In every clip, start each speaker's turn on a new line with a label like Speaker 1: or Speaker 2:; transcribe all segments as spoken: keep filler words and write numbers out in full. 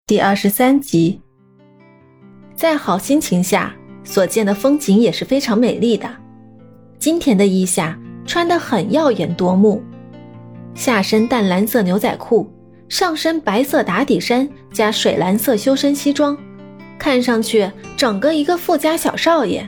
Speaker 1: 第二十三集。在好心情下，所见的风景也是非常美丽的。今天的伊夏穿得很耀眼夺目，下身淡蓝色牛仔裤，上身白色打底衫加水蓝色修身西装，看上去整个一个富家小少爷。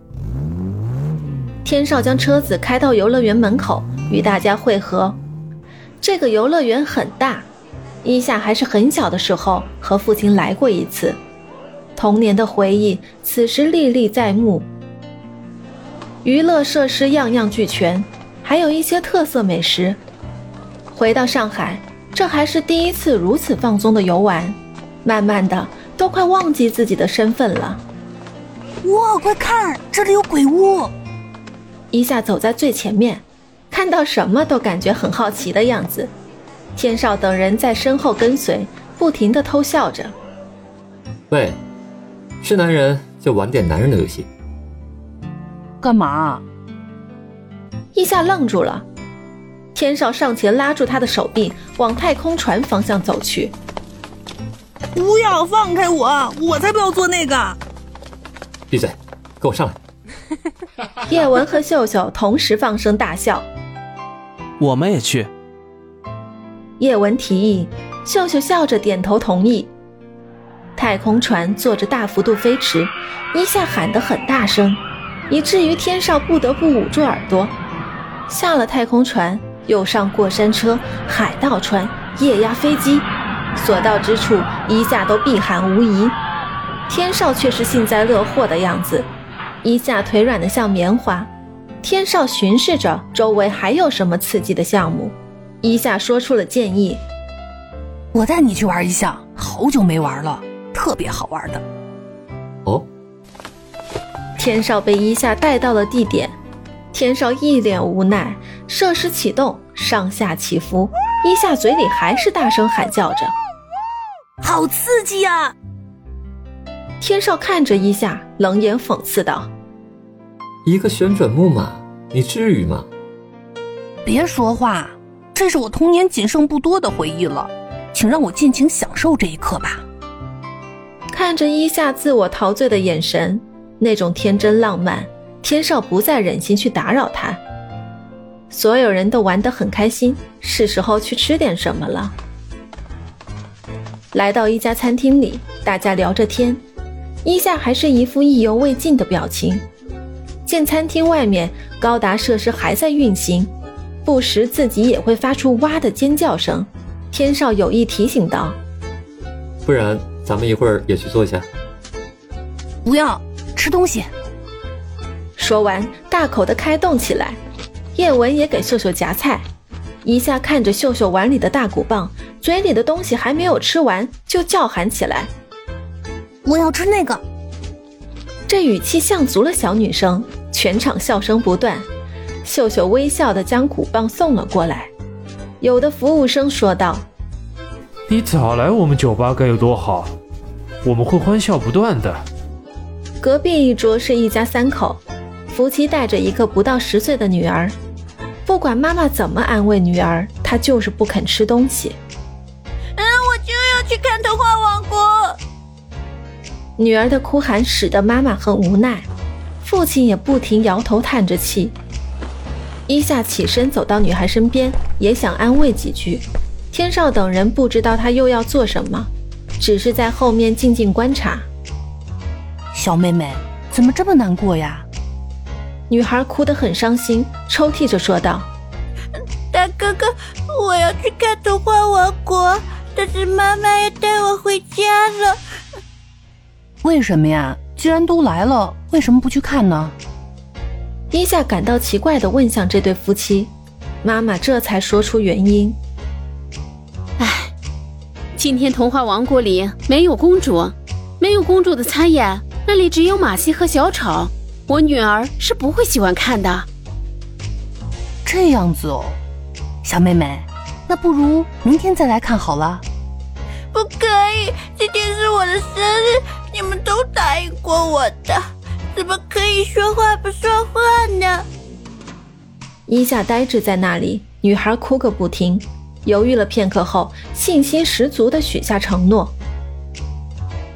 Speaker 1: 天少将车子开到游乐园门口，与大家会合。这个游乐园很大，伊夏还是很小的时候和父亲来过一次，童年的回忆此时历历在目。娱乐设施样样俱全，还有一些特色美食。回到上海，这还是第一次如此放松的游玩，慢慢的都快忘记自己的身份了。
Speaker 2: 哇，快看，这里有鬼屋！
Speaker 1: 伊夏走在最前面，看到什么都感觉很好奇的样子。天少等人在身后跟随，不停地偷笑着。
Speaker 3: 喂，是男人就玩点男人的游戏。
Speaker 2: 干嘛？
Speaker 1: 伊夏愣住了，天少上前拉住他的手臂，往太空船方向走去。
Speaker 2: 不要，放开我，我才不要做那个。
Speaker 3: 闭嘴，跟我上来。
Speaker 1: 叶文和秀秀同时放声大笑。
Speaker 4: 我们也去。
Speaker 1: 叶文提议，秀秀笑着点头同意。太空船坐着大幅度飞驰，伊夏喊得很大声，以至于天少不得不捂住耳朵。下了太空船，又上过山车、海盗船、液压飞机，所到之处伊夏都避寒无疑。天少却是幸灾乐祸的样子，伊夏腿软得像棉花。天少巡视着周围还有什么刺激的项目，伊夏说出了建议。
Speaker 2: 我带你去玩一项，好久没玩了，特别好玩的。
Speaker 3: 哦。
Speaker 1: 天少被伊夏带到了地点，天少一脸无奈，设施启动，上下起伏，伊夏嘴里还是大声喊叫着。
Speaker 2: 好刺激呀！
Speaker 1: 天少看着伊夏，冷眼讽刺道：
Speaker 3: 一个旋转木马，你至于吗？
Speaker 2: 别说话，这是我童年仅剩不多的回忆了，请让我尽情享受这一刻吧。
Speaker 1: 看着伊夏自我陶醉的眼神，那种天真浪漫，天少不再忍心去打扰他。所有人都玩得很开心，是时候去吃点什么了。来到一家餐厅里，大家聊着天，伊夏还是一副意犹未尽的表情。见餐厅外面高达设施还在运行，不时自己也会发出哇的尖叫声，天少有意提醒道：
Speaker 3: 不然咱们一会儿也去坐一下。
Speaker 2: 不要，吃东西。
Speaker 1: 说完大口地开动起来，叶文也给秀秀夹菜。一下看着秀秀碗里的大骨棒，嘴里的东西还没有吃完，就叫喊起来：
Speaker 2: 我要吃那个。
Speaker 1: 这语气像足了小女生，全场笑声不断。秀秀微笑地将骨棒送了过来。有的服务生说道：
Speaker 5: 你早来我们酒吧该有多好，我们会欢笑不断的。
Speaker 1: 隔壁一桌是一家三口，夫妻带着一个不到十岁的女儿，不管妈妈怎么安慰女儿，她就是不肯吃东西。
Speaker 2: 嗯，我就要去看童话王国。
Speaker 1: 女儿的哭喊使得妈妈很无奈，父亲也不停摇头叹着气。伊夏起身走到女孩身边，也想安慰几句。天少等人不知道他又要做什么，只是在后面静静观察。
Speaker 2: 小妹妹，怎么这么难过呀？
Speaker 1: 女孩哭得很伤心，抽泣着说道：
Speaker 6: 大哥哥，我要去看童话王国，但是妈妈要带我回家了。
Speaker 2: 为什么呀？既然都来了，为什么不去看呢？
Speaker 1: 伊夏感到奇怪地问向这对夫妻，妈妈这才说出原因。
Speaker 7: 唉，今天童话王国里没有公主，没有公主的参演，那里只有马戏和小丑，我女儿是不会喜欢看的。
Speaker 2: 这样子哦，小妹妹，那不如明天再来看好了。
Speaker 6: 不可以，今天是我的生日，你们都答应过我的，怎么可以说话不算话呢？
Speaker 1: 伊夏呆滞在那里，女孩哭个不停，犹豫了片刻后，信心十足地许下承诺。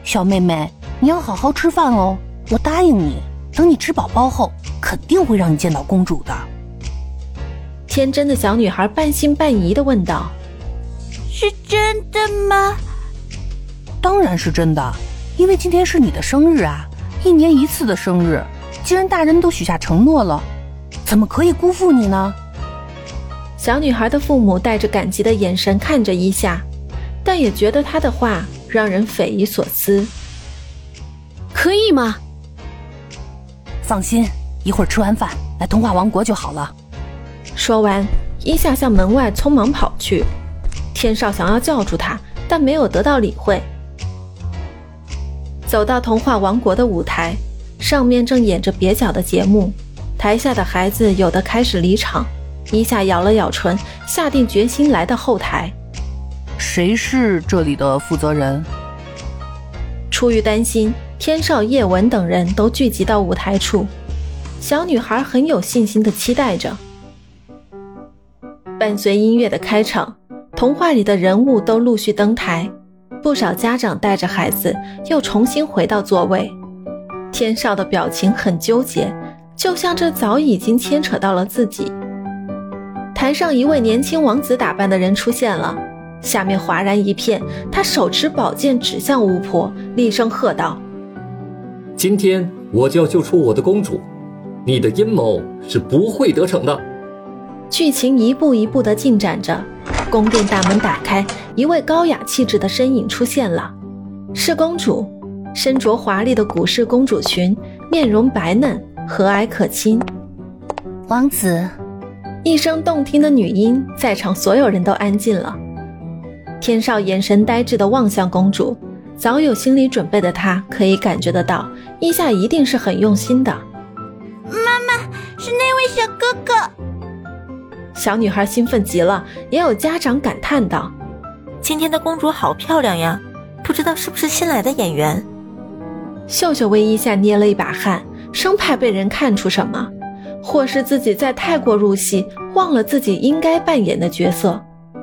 Speaker 2: 小妹妹，你要好好吃饭哦，我答应你，等你吃饱饱后，肯定会让你见到公主的。
Speaker 1: 天真的小女孩半信半疑地问道：
Speaker 6: 是真的吗？
Speaker 2: 当然是真的，因为今天是你的生日啊，一年一次的生日，既然大人都许下承诺了，怎么可以辜负你呢？
Speaker 1: 小女孩的父母带着感激的眼神看着伊夏，但也觉得她的话让人匪夷所思。
Speaker 7: 可以吗？
Speaker 2: 放心，一会儿吃完饭来童话王国就好了。
Speaker 1: 说完，伊夏向门外匆忙跑去。天少想要叫住她，但没有得到理会。走到童话王国的舞台，上面正演着蹩脚的节目，台下的孩子有的开始离场。伊夏咬了咬唇，下定决心来到后台。
Speaker 2: 谁是这里的负责人？
Speaker 1: 出于担心，天少、叶文等人都聚集到舞台处。小女孩很有信心地期待着。伴随音乐的开场，童话里的人物都陆续登台，不少家长带着孩子又重新回到座位。天少的表情很纠结，就像这早已经牵扯到了自己。台上一位年轻王子打扮的人出现了，下面哗然一片，他手持宝剑指向巫婆，厉声喝道：
Speaker 3: 今天我就要救出我的公主，你的阴谋是不会得逞的。
Speaker 1: 剧情一步一步地进展着，宫殿大门打开，一位高雅气质的身影出现了，是公主，身着华丽的古式公主裙，面容白嫩，和蔼可亲。
Speaker 2: 王子，
Speaker 1: 一声动听的女音，在场所有人都安静了。天少眼神呆滞地望向公主，早有心理准备的他可以感觉得到，伊夏一定是很用心的。
Speaker 6: 妈妈，是那位小哥哥。
Speaker 1: 小女孩兴奋极了，也有家长感叹道：
Speaker 8: 今天的公主好漂亮呀，不知道是不是新来的演员。
Speaker 1: 秀秀为伊夏捏了一把汗，生怕被人看出什么，或是自己在太过入戏，忘了自己应该扮演的角色。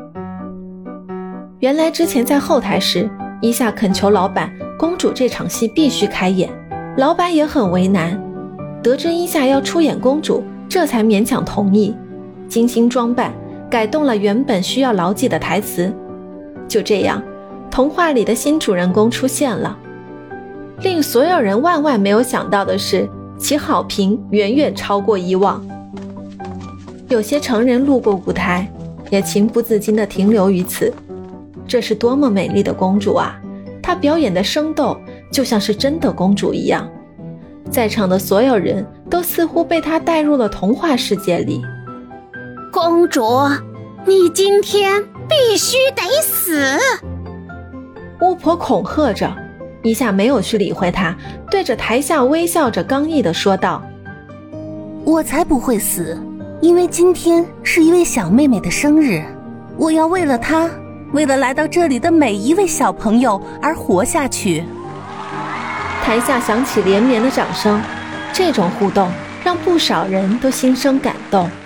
Speaker 1: 原来之前在后台时，伊夏恳求老板，公主这场戏必须开演，老板也很为难，得知伊夏要出演公主，这才勉强同意，精心装扮，改动了原本需要牢记的台词。就这样，童话里的新主人公出现了。令所有人万万没有想到的是，其好评远远超过以往。有些成人路过舞台，也情不自禁地停留于此。这是多么美丽的公主啊！她表演的生动，就像是真的公主一样。在场的所有人都似乎被她带入了童话世界里。
Speaker 7: 公主，你今天必须得死！
Speaker 1: 巫婆恐吓着，伊夏没有去理会她，对着台下微笑着刚毅地说道：
Speaker 2: 我才不会死，因为今天是一位小妹妹的生日，我要为了她，为了来到这里的每一位小朋友而活下去。
Speaker 1: 台下响起连绵的掌声，这种互动让不少人都心生感动。